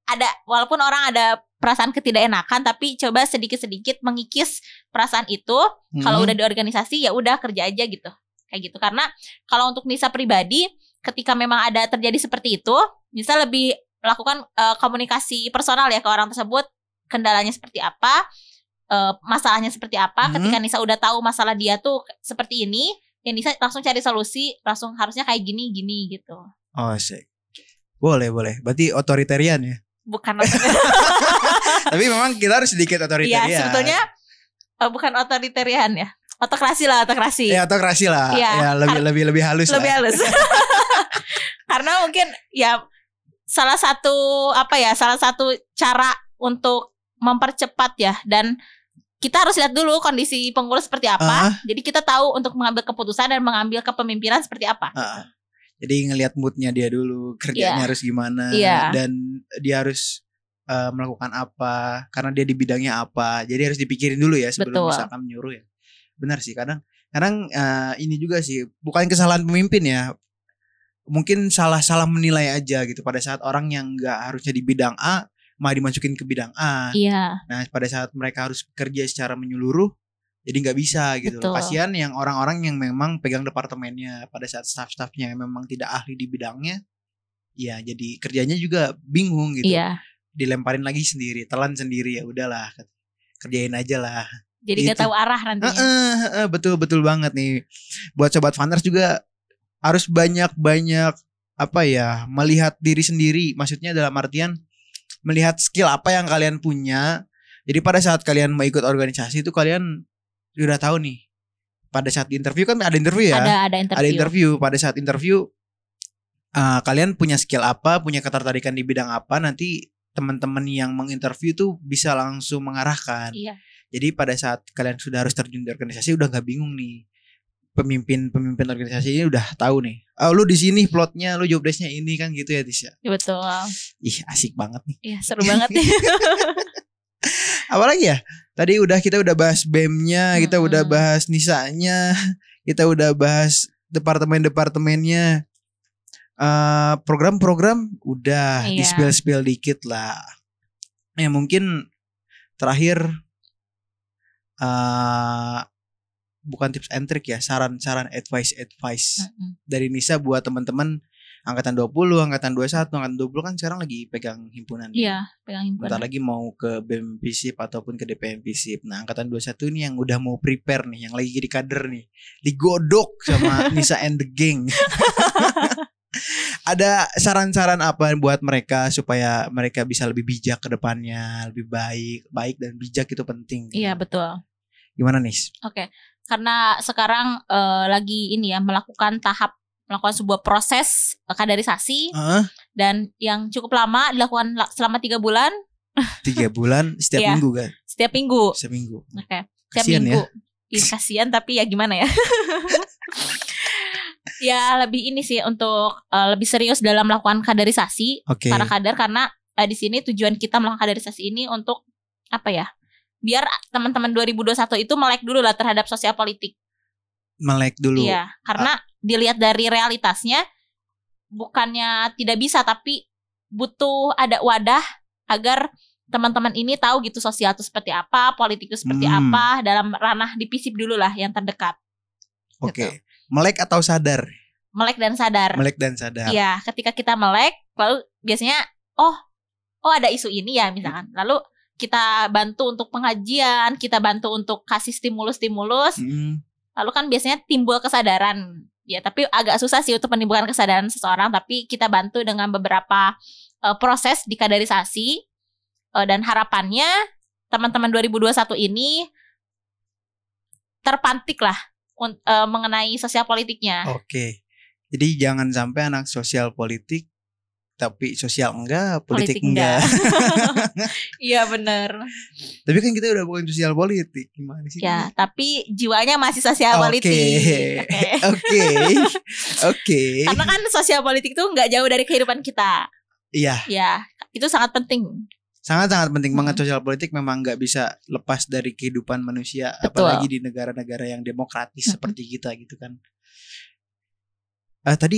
ada walaupun orang ada perasaan ketidakenakan, tapi coba sedikit-sedikit mengikis perasaan itu. Hmm. Kalau udah di organisasi ya udah kerja aja gitu. Kayak gitu. Karena kalau untuk Nisa pribadi, ketika memang ada terjadi seperti itu, Nisa lebih melakukan uh, komunikasi personal ya ke orang tersebut, kendalanya seperti apa, uh, masalahnya seperti apa. Hmm. Ketika Nisa udah tahu masalah dia tuh seperti ini, ya Nisa langsung cari solusi, langsung harusnya kayak gini gini gitu. Oh sih, boleh boleh. Berarti otoritarian ya? Bukan. Tapi memang kita harus sedikit otoritarian. Iya sebetulnya uh, bukan otoritarian ya, otokrasi lah, otokrasi. Ya otokrasi lah. Ya, ya lebih har- lebih lebih halus. Lebih lah. halus. Karena mungkin ya salah satu apa ya, salah satu cara untuk mempercepat ya, dan kita harus lihat dulu kondisi pengurus seperti apa. Uh. Jadi kita tahu untuk mengambil keputusan dan mengambil kepemimpinan seperti apa. Uh. Jadi ngelihat moodnya dia dulu, kerjanya yeah. harus gimana, yeah. dan dia harus uh, melakukan apa, karena dia di bidangnya apa. Jadi harus dipikirin dulu ya sebelum Betul. misalkan menyuruh ya. Benar sih, kadang kadang uh, ini juga sih bukan kesalahan pemimpin ya. Mungkin salah-salah menilai aja gitu pada saat orang yang nggak harusnya di bidang A malah dimasukin ke bidang A. Iya. Nah pada saat mereka harus bekerja secara menyeluruh, jadi nggak bisa gitu. Kasihan yang orang-orang yang memang pegang departemennya pada saat staff-staffnya yang memang tidak ahli di bidangnya, ya jadi kerjanya juga bingung gitu. Iya. Dilemparin lagi sendiri, telan sendiri, ya udahlah kerjain aja lah. Jadi nggak gitu. Tahu arah nantinya. Uh, uh, uh, betul betul banget nih. Buat sobat Funners juga harus banyak-banyak apa ya, melihat diri sendiri. Maksudnya dalam artian melihat skill apa yang kalian punya. Jadi pada saat kalian mau ikut organisasi itu kalian udah tahu nih. Pada saat interview kan ada interview ya. Ada ada interview. Ada interview. Pada saat interview uh, kalian punya skill apa, punya ketertarikan di bidang apa, nanti teman-teman yang menginterview tuh bisa langsung mengarahkan. Iya. Jadi pada saat kalian sudah harus terjun di organisasi udah nggak bingung nih. Pemimpin-pemimpin organisasi ini udah tahu nih. Oh lu di sini plotnya, lu job desk-nya ini kan gitu ya Tisha. Ya, betul. Ih asik banget nih. Iya seru banget nih. Apalagi ya? Tadi udah kita udah bahas B E M-nya, kita hmm. udah bahas Nisanya, kita udah bahas departemen-departemennya, uh, program-program udah iya. di-spill-spill dikit lah. Ya mungkin terakhir. Uh, bukan tips and trick ya, saran-saran advice-advice mm-hmm. dari Nisa buat teman-teman angkatan dua puluh, angkatan dua puluh satu, angkatan dua puluh kan sekarang lagi pegang himpunan. Iya, pegang himpunan. Bentar lagi mau ke B E M FISIP ataupun ke D P M FISIP. Nah, angkatan dua puluh satu ini yang udah mau prepare nih, yang lagi jadi kader nih, digodok sama Nisa and the gang. Ada saran-saran apa buat mereka supaya mereka bisa lebih bijak ke depannya, lebih baik, baik dan bijak itu penting. Iya, betul. Gimana nih? Oke. Okay. Karena sekarang uh, lagi ini ya melakukan tahap melakukan sebuah proses kaderisasi uh. dan yang cukup lama dilakukan selama tiga bulan. Tiga bulan setiap minggu kan? Setiap minggu. Setiap minggu. Oke. Okay. Setiap kasian minggu. Ya? Ih, kasian tapi ya gimana ya? Ya lebih ini sih untuk uh, lebih serius dalam melakukan kaderisasi okay. para kader, karena uh, di sini tujuan kita melakukan kaderisasi ini untuk apa ya? Biar teman-teman dua ribu dua puluh satu itu melek dulu lah terhadap sosial politik. Melek dulu. Iya, karena ah. dilihat dari realitasnya bukannya tidak bisa, tapi butuh ada wadah agar teman-teman ini tahu gitu sosial itu seperti apa, politik itu seperti hmm. apa, dalam ranah di FISIP dulu lah yang terdekat. Oke. Okay. Gitu. Melek atau sadar? Melek dan sadar. Melek dan sadar. Iya, ketika kita melek, lalu biasanya oh, oh ada isu ini ya misalkan. Lalu kita bantu untuk pengajian, kita bantu untuk kasih stimulus-stimulus. Hmm. Lalu kan biasanya timbul kesadaran. Ya, tapi agak susah sih untuk menimbulkan kesadaran seseorang, tapi kita bantu dengan beberapa uh, proses di kaderisasi. Uh, dan harapannya teman-teman dua ribu dua puluh satu ini terpantik lah un- uh, mengenai sosial politiknya. Oke. Jadi jangan sampai anak sosial politik tapi sosial enggak, politik, politik enggak. Iya benar. Tapi kan kita udah bukan sosial politik, gimana sih? Ya, tapi jiwanya masih sosial okay. politik. Oke. Oke. Karena kan sosial politik tuh nggak jauh dari kehidupan kita. Iya. Ya, itu sangat penting. Sangat-sangat penting banget. hmm. Sosial politik memang nggak bisa lepas dari kehidupan manusia. Betul. Apalagi di negara-negara yang demokratis hmm. seperti kita gitu kan. Uh, tadi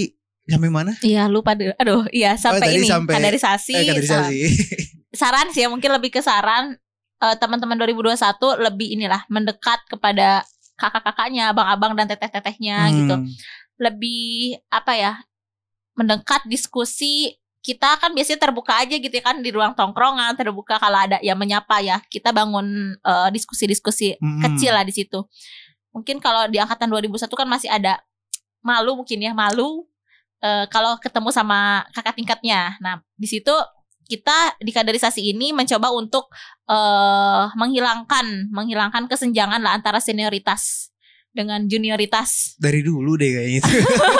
Sampai mana? Iya lupa deh. Aduh, iya sampai tadi ini sampai- kaderisasi. Eh, kaderisasi. Saran sih ya, mungkin lebih ke saran eh, teman-teman dua ribu dua puluh satu lebih inilah mendekat kepada kakak-kakaknya, abang-abang dan teteh-tetehnya gitu. Hmm. Lebih apa ya? Mendekat diskusi. Kita kan biasanya terbuka aja gitu ya kan di ruang tongkrongan, terbuka kalau ada yang menyapa ya. Kita bangun eh, diskusi-diskusi Hmm. kecil lah di situ. Mungkin kalau di angkatan dua ribu satu kan masih ada malu mungkin ya, malu eh, kalau ketemu sama kakak tingkatnya. Nah, di situ kita di kaderisasi ini mencoba untuk eh, menghilangkan menghilangkan kesenjangan lah antara senioritas dengan junioritas. Dari dulu deh kayaknya itu.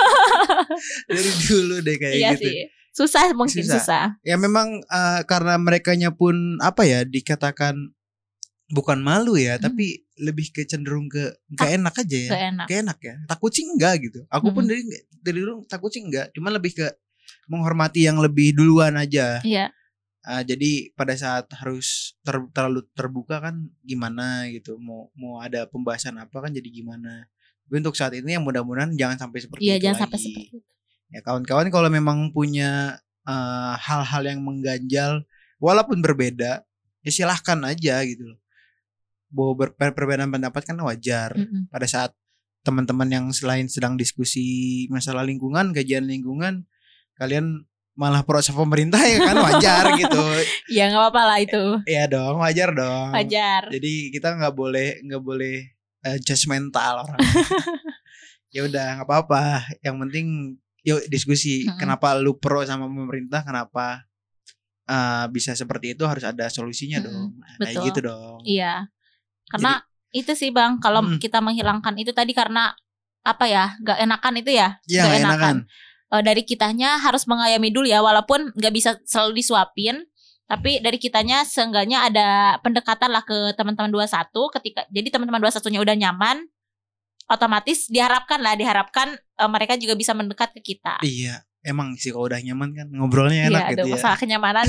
Dari dulu deh kayak Iya gitu. sih. Susah mungkin Susah. susah. Ya memang uh, karena merekanya pun apa ya dikatakan bukan malu ya, Hmm. tapi lebih ke cenderung ke gak enak aja ya. Gak enak. Gak enak ya. Takut sih enggak gitu. Aku pun Hmm. dari dari dulu takut sih enggak, cuma lebih ke menghormati yang lebih duluan aja. Iya. Uh, jadi pada saat harus ter- terlalu terbuka kan gimana gitu. Mau mau ada pembahasan apa kan jadi gimana. Tapi untuk saat ini yang mudah-mudahan jangan sampai seperti Iya, itu jangan lagi. sampai seperti itu. Ya kawan-kawan kalau memang punya uh, hal-hal yang mengganjal walaupun berbeda ya silahkan aja gitu loh. Bahwa ber- perbedaan pendapat kan wajar. Mm-mm. Pada saat teman-teman yang selain sedang diskusi masalah lingkungan, kajian lingkungan, kalian malah protes pemerintah ya kan wajar gitu. Ya nggak apa-apa lah itu. Iya dong, wajar dong. Wajar. Jadi kita nggak boleh nggak boleh uh, judgmental orang. Ya udah nggak apa-apa. Yang penting yuk diskusi. Mm-mm. Kenapa lu pro sama pemerintah? Kenapa uh, bisa seperti itu? Harus ada solusinya Mm-mm. dong. Nah, kayak Betul. gitu dong. Iya. Karena itu sih Bang, kalau Hmm. kita menghilangkan itu tadi karena apa ya? Gak enakan itu ya. Iya Gak nggak enakan. enakan. Eh, dari kitanya harus mengayomi dulu ya, walaupun gak bisa selalu disuapin. Tapi dari kitanya seenggaknya ada pendekatan lah ke teman-teman dua puluh satu ketika jadi teman-teman dua puluh satu-nya udah nyaman, otomatis diharapkan lah diharapkan eh, mereka juga bisa mendekat ke kita. Iya. Emang sih kalau udah nyaman kan ngobrolnya Iya, enak ada gitu ya. masalah kenyamanan.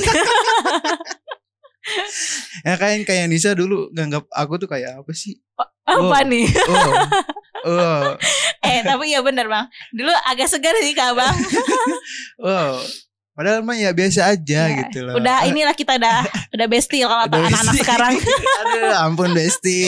Ya kayak kayak Nisa dulu nganggap aku tuh kayak apa sih? Apa nih? Oh. Oh. Eh tapi ya bener Bang. Dulu agak segar sih Kak Bang. Oh. Padahal mah ya biasa aja Ya, gitu loh. Udah inilah kita udah udah bestie kalau kata Udah anak-anak bestie. sekarang. Aduh ampun Besti.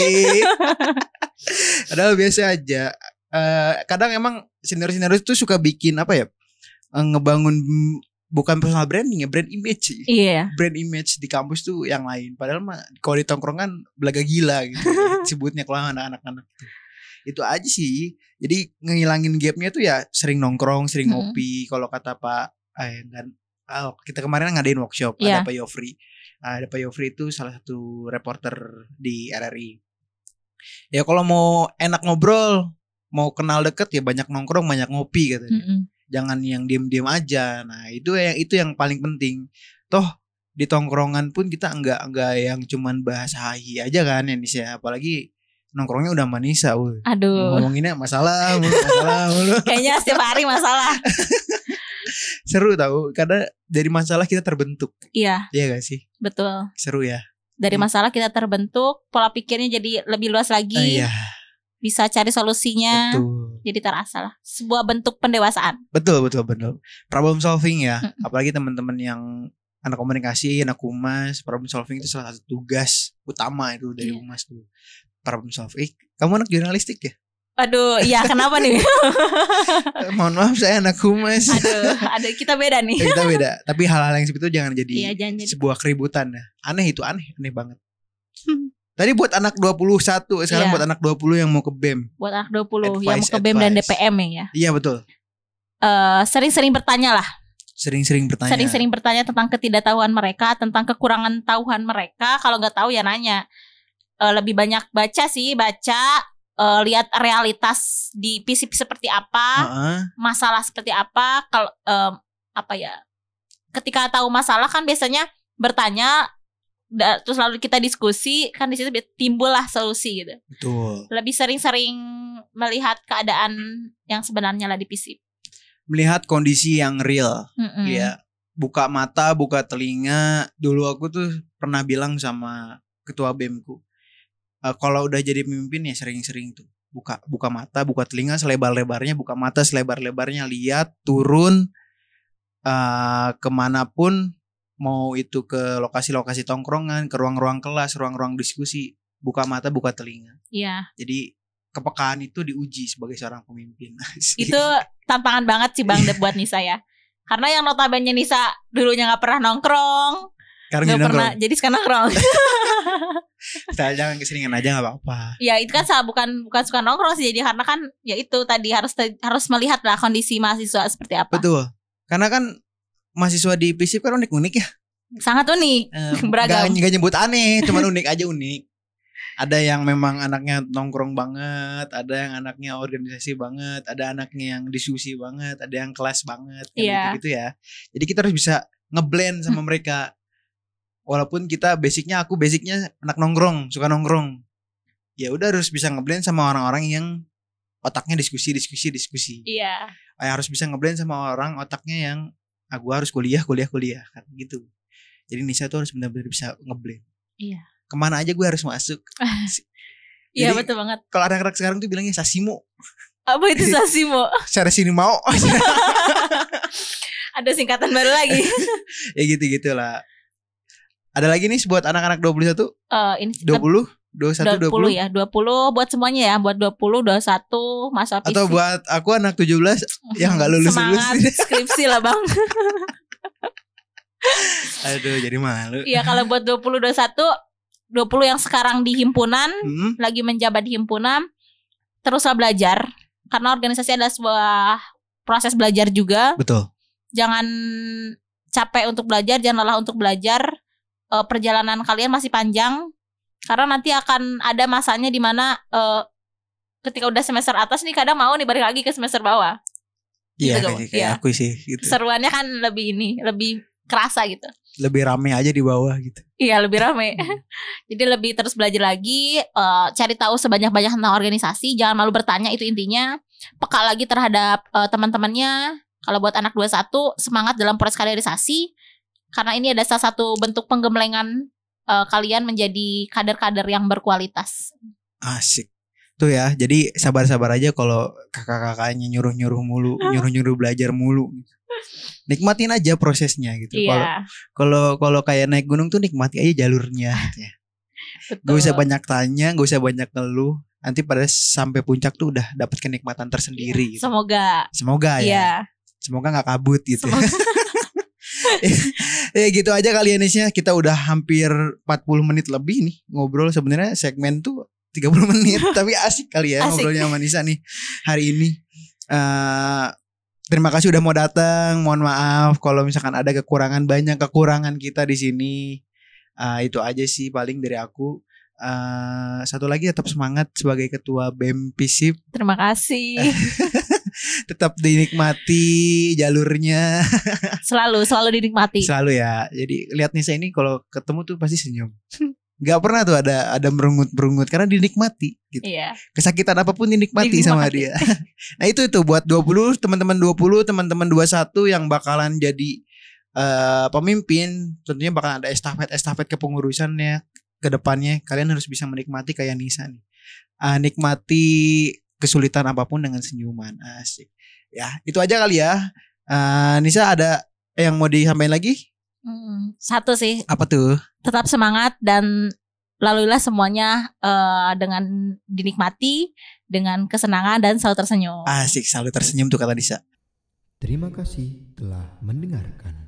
Padahal biasa aja. Eh, kadang emang senior-senior itu suka bikin apa ya? eh, ngebangun mm, bukan personal branding ya, brand image sih. Iya. Brand image di kampus tuh yang lain. Padahal mah kalau di tongkrongan belaga gila gitu. Sebutnya kalau anak-anak tuh. Itu aja sih. Jadi ngehilangin gapnya tuh ya sering nongkrong, sering Mm-mm. ngopi. Kalau kata Pak eh kan oh, kita kemarin ngadain workshop Iya. ada Pak Yofri. Ah, ada Pak Yofri itu salah satu reporter di R R I. Ya kalau mau enak ngobrol, mau kenal deket ya banyak nongkrong, banyak ngopi gitu. Mm-mm. Jangan yang diem-diem aja. Nah, itu yang itu yang paling penting. Toh di tongkrongan pun kita enggak enggak yang cuman bahas hahi aja kan ya Nisa. Apalagi nongkrongnya udah manisa, wuh. Aduh. Ngomonginnya masalah mulu, masalah mulu. Kayaknya setiap hari masalah. Seru tahu karena dari masalah kita terbentuk. Iya, Iya gak sih? betul. Seru ya. Dari Hmm. masalah kita terbentuk, pola pikirnya jadi lebih luas Ah, lagi. iya, Bisa cari solusinya. betul. Jadi terasa lah. Sebuah bentuk pendewasaan. Betul, betul, betul. Problem solving ya. Mm-mm. Apalagi teman-teman yang anak komunikasi, anak humas, problem solving itu salah satu tugas utama itu dari Iya. humas tuh. Problem solving. Kamu anak jurnalistik ya? Aduh, iya kenapa nih? Eh, mohon maaf saya anak humas. Aduh, ada kita beda nih. Eh, kita beda. Tapi hal-hal yang seperti itu jangan jadi Iya, jangan jadi. sebuah keributan ya. Aneh itu aneh, aneh banget. Tadi buat anak dua puluh satu, sekarang Iya. buat anak dua puluh yang mau ke B E M. Buat anak dua puluh yang mau Advice, ke B E M dan D advice. P M ya. Iya betul. Eh, sering-sering bertanya lah. Sering-sering bertanya. Sering-sering bertanya tentang ketidaktahuan mereka, tentang kekurangan tahuan mereka. Kalau nggak tahu ya nanya. Eh, lebih banyak baca sih, baca, eh, lihat realitas di P C P seperti apa, Heeh. masalah seperti apa. Kalau em, apa ya? Ketika tahu masalah kan biasanya bertanya, da- terus lalu kita diskusi, kan di situ bi- timbullah solusi gitu. Betul. Lebih sering-sering melihat keadaan yang sebenarnya lah di P C P. Melihat kondisi yang real. Mm-mm. Ya, buka mata, buka telinga. Dulu aku tuh pernah bilang sama ketua B E M ku, "Eh, kalau udah jadi pemimpin ya sering-sering tuh buka buka mata, buka telinga selebar-lebarnya, buka mata selebar-lebarnya, lihat, turun uh, kemanapun, mau itu ke lokasi-lokasi tongkrongan, ke ruang-ruang kelas, ruang-ruang diskusi, buka mata, buka telinga. Iya. Jadi kepekaan itu diuji sebagai seorang pemimpin. Itu tantangan banget sih Bang buat Nisa ya. Karena yang notabene Nisa dulunya nggak pernah nongkrong, Karena nggak pernah, jadi sekarang nongkrong. Kita jangan keseringan aja nggak apa-apa. Ya itu kan bukan bukan suka nongkrong sih, jadi karena kan ya itu tadi harus harus melihat lah kondisi mahasiswa seperti apa. Betul. Karena kan mahasiswa di FISIP kan unik-unik ya. Sangat unik, eh, beragam. Gak, gak nyebut aneh, cuman unik aja unik. Ada yang memang anaknya nongkrong banget, ada yang anaknya organisasi banget, ada anaknya yang diskusi banget, ada yang kelas banget, kan yeah. gitu-gitu ya. Jadi kita harus bisa ngeblend sama mereka. Walaupun kita basicnya, aku basicnya anak nongkrong, suka nongkrong. Ya udah harus bisa ngeblend sama orang-orang yang otaknya diskusi, diskusi, diskusi. Iya. Yeah. Harus bisa ngeblend sama orang otaknya yang aku harus kuliah, kuliah, kuliah, kan gitu. Jadi Nisa tuh harus benar-benar bisa ngeblend. Iya. Kemana aja gue harus masuk. Iya betul banget. Kalau anak-anak sekarang tuh bilangnya sasimo. Apa itu sasimo? Secara sini mau. Ada singkatan baru lagi. Ya gitu-gitu lah. Ada lagi nih buat anak-anak dua puluh satu? Uh, ini dua puluh? dua puluh satu, dua puluh ya, dua puluh buat semuanya ya, buat dua puluh, dua puluh satu masa fisik. Atau buat aku anak tujuh belas yang gak lulus-lulus. Semangat skripsi lah Bang. Aduh jadi malu. Iya kalau buat dua puluh, dua puluh satu, dua puluh yang sekarang di himpunan, hmm? lagi menjabat di himpunan, teruslah belajar. Karena organisasi adalah sebuah proses belajar juga. Betul. Jangan capek untuk belajar, jangan lelah untuk belajar. Uh, perjalanan kalian masih panjang. Karena nanti akan ada masanya di mana uh, ketika udah semester atas nih kadang mau nih balik lagi ke semester bawah. Iya, gitu, kayak, kayak ya. aku sih gitu. Seruannya kan lebih ini, lebih kerasa gitu. Lebih rame aja di bawah gitu. Iya, lebih rame. Jadi lebih terus belajar lagi, uh, cari tahu sebanyak-banyak tentang organisasi, jangan malu bertanya, itu intinya. Peka lagi terhadap uh, teman-temannya. Kalau buat anak dua puluh satu, semangat dalam proses kaderisasi. Karena ini ada salah satu bentuk penggemblengan uh, kalian menjadi kader-kader yang berkualitas. Asik. Tuh ya, jadi sabar-sabar aja kalau kakak-kakaknya nyuruh-nyuruh mulu, nyuruh-nyuruh belajar mulu. Nikmatin aja prosesnya gitu. Kalau yeah. kalau kalau kayak naik gunung tuh nikmati aja jalurnya gitu ya. Gak usah banyak tanya, gak usah banyak ngeluh. Nanti pada sampai puncak tuh udah dapat kenikmatan tersendiri. Yeah. Gitu. Semoga. Semoga ya. Yeah. Semoga gak kabut gitu. Ya gitu aja kali Anisnya. Kita udah hampir empat puluh menit lebih nih ngobrol. Sebenarnya segmen tuh tiga puluh menit. Tapi asik kali ya asik. Ngobrolnya sama Nisa nih hari ini. uh, Terima kasih udah mau datang. Mohon maaf kalau misalkan ada kekurangan, banyak kekurangan kita di sini. uh, Itu aja sih paling dari aku. uh, Satu lagi tetap semangat sebagai ketua B E M FISIP. Terima kasih. Tetap dinikmati jalurnya. Selalu, selalu dinikmati. Selalu ya. Jadi lihat Nisa ini kalau ketemu tuh pasti senyum. Gak pernah tuh ada ada merungut-merungut karena dinikmati gitu. Iya. Kesakitan apapun dinikmati, dinikmati. sama dia. Nah itu itu buat dua puluh teman-teman dua puluh, teman-teman dua puluh satu yang bakalan jadi uh, pemimpin, tentunya bakalan ada estafet-estafet kepengurusannya ke depannya. Kalian harus bisa menikmati kayak Nisa nih. Uh, nikmati kesulitan apapun dengan senyuman. Asik. Ya, itu aja kali ya. Uh, Nisa ada yang mau disampaikan lagi? Hmm, satu sih. Apa tuh? Tetap semangat dan laluilah semuanya uh, dengan dinikmati, dengan kesenangan dan selalu tersenyum. Asik, selalu tersenyum tuh kata Nisa. Terima kasih telah mendengarkan.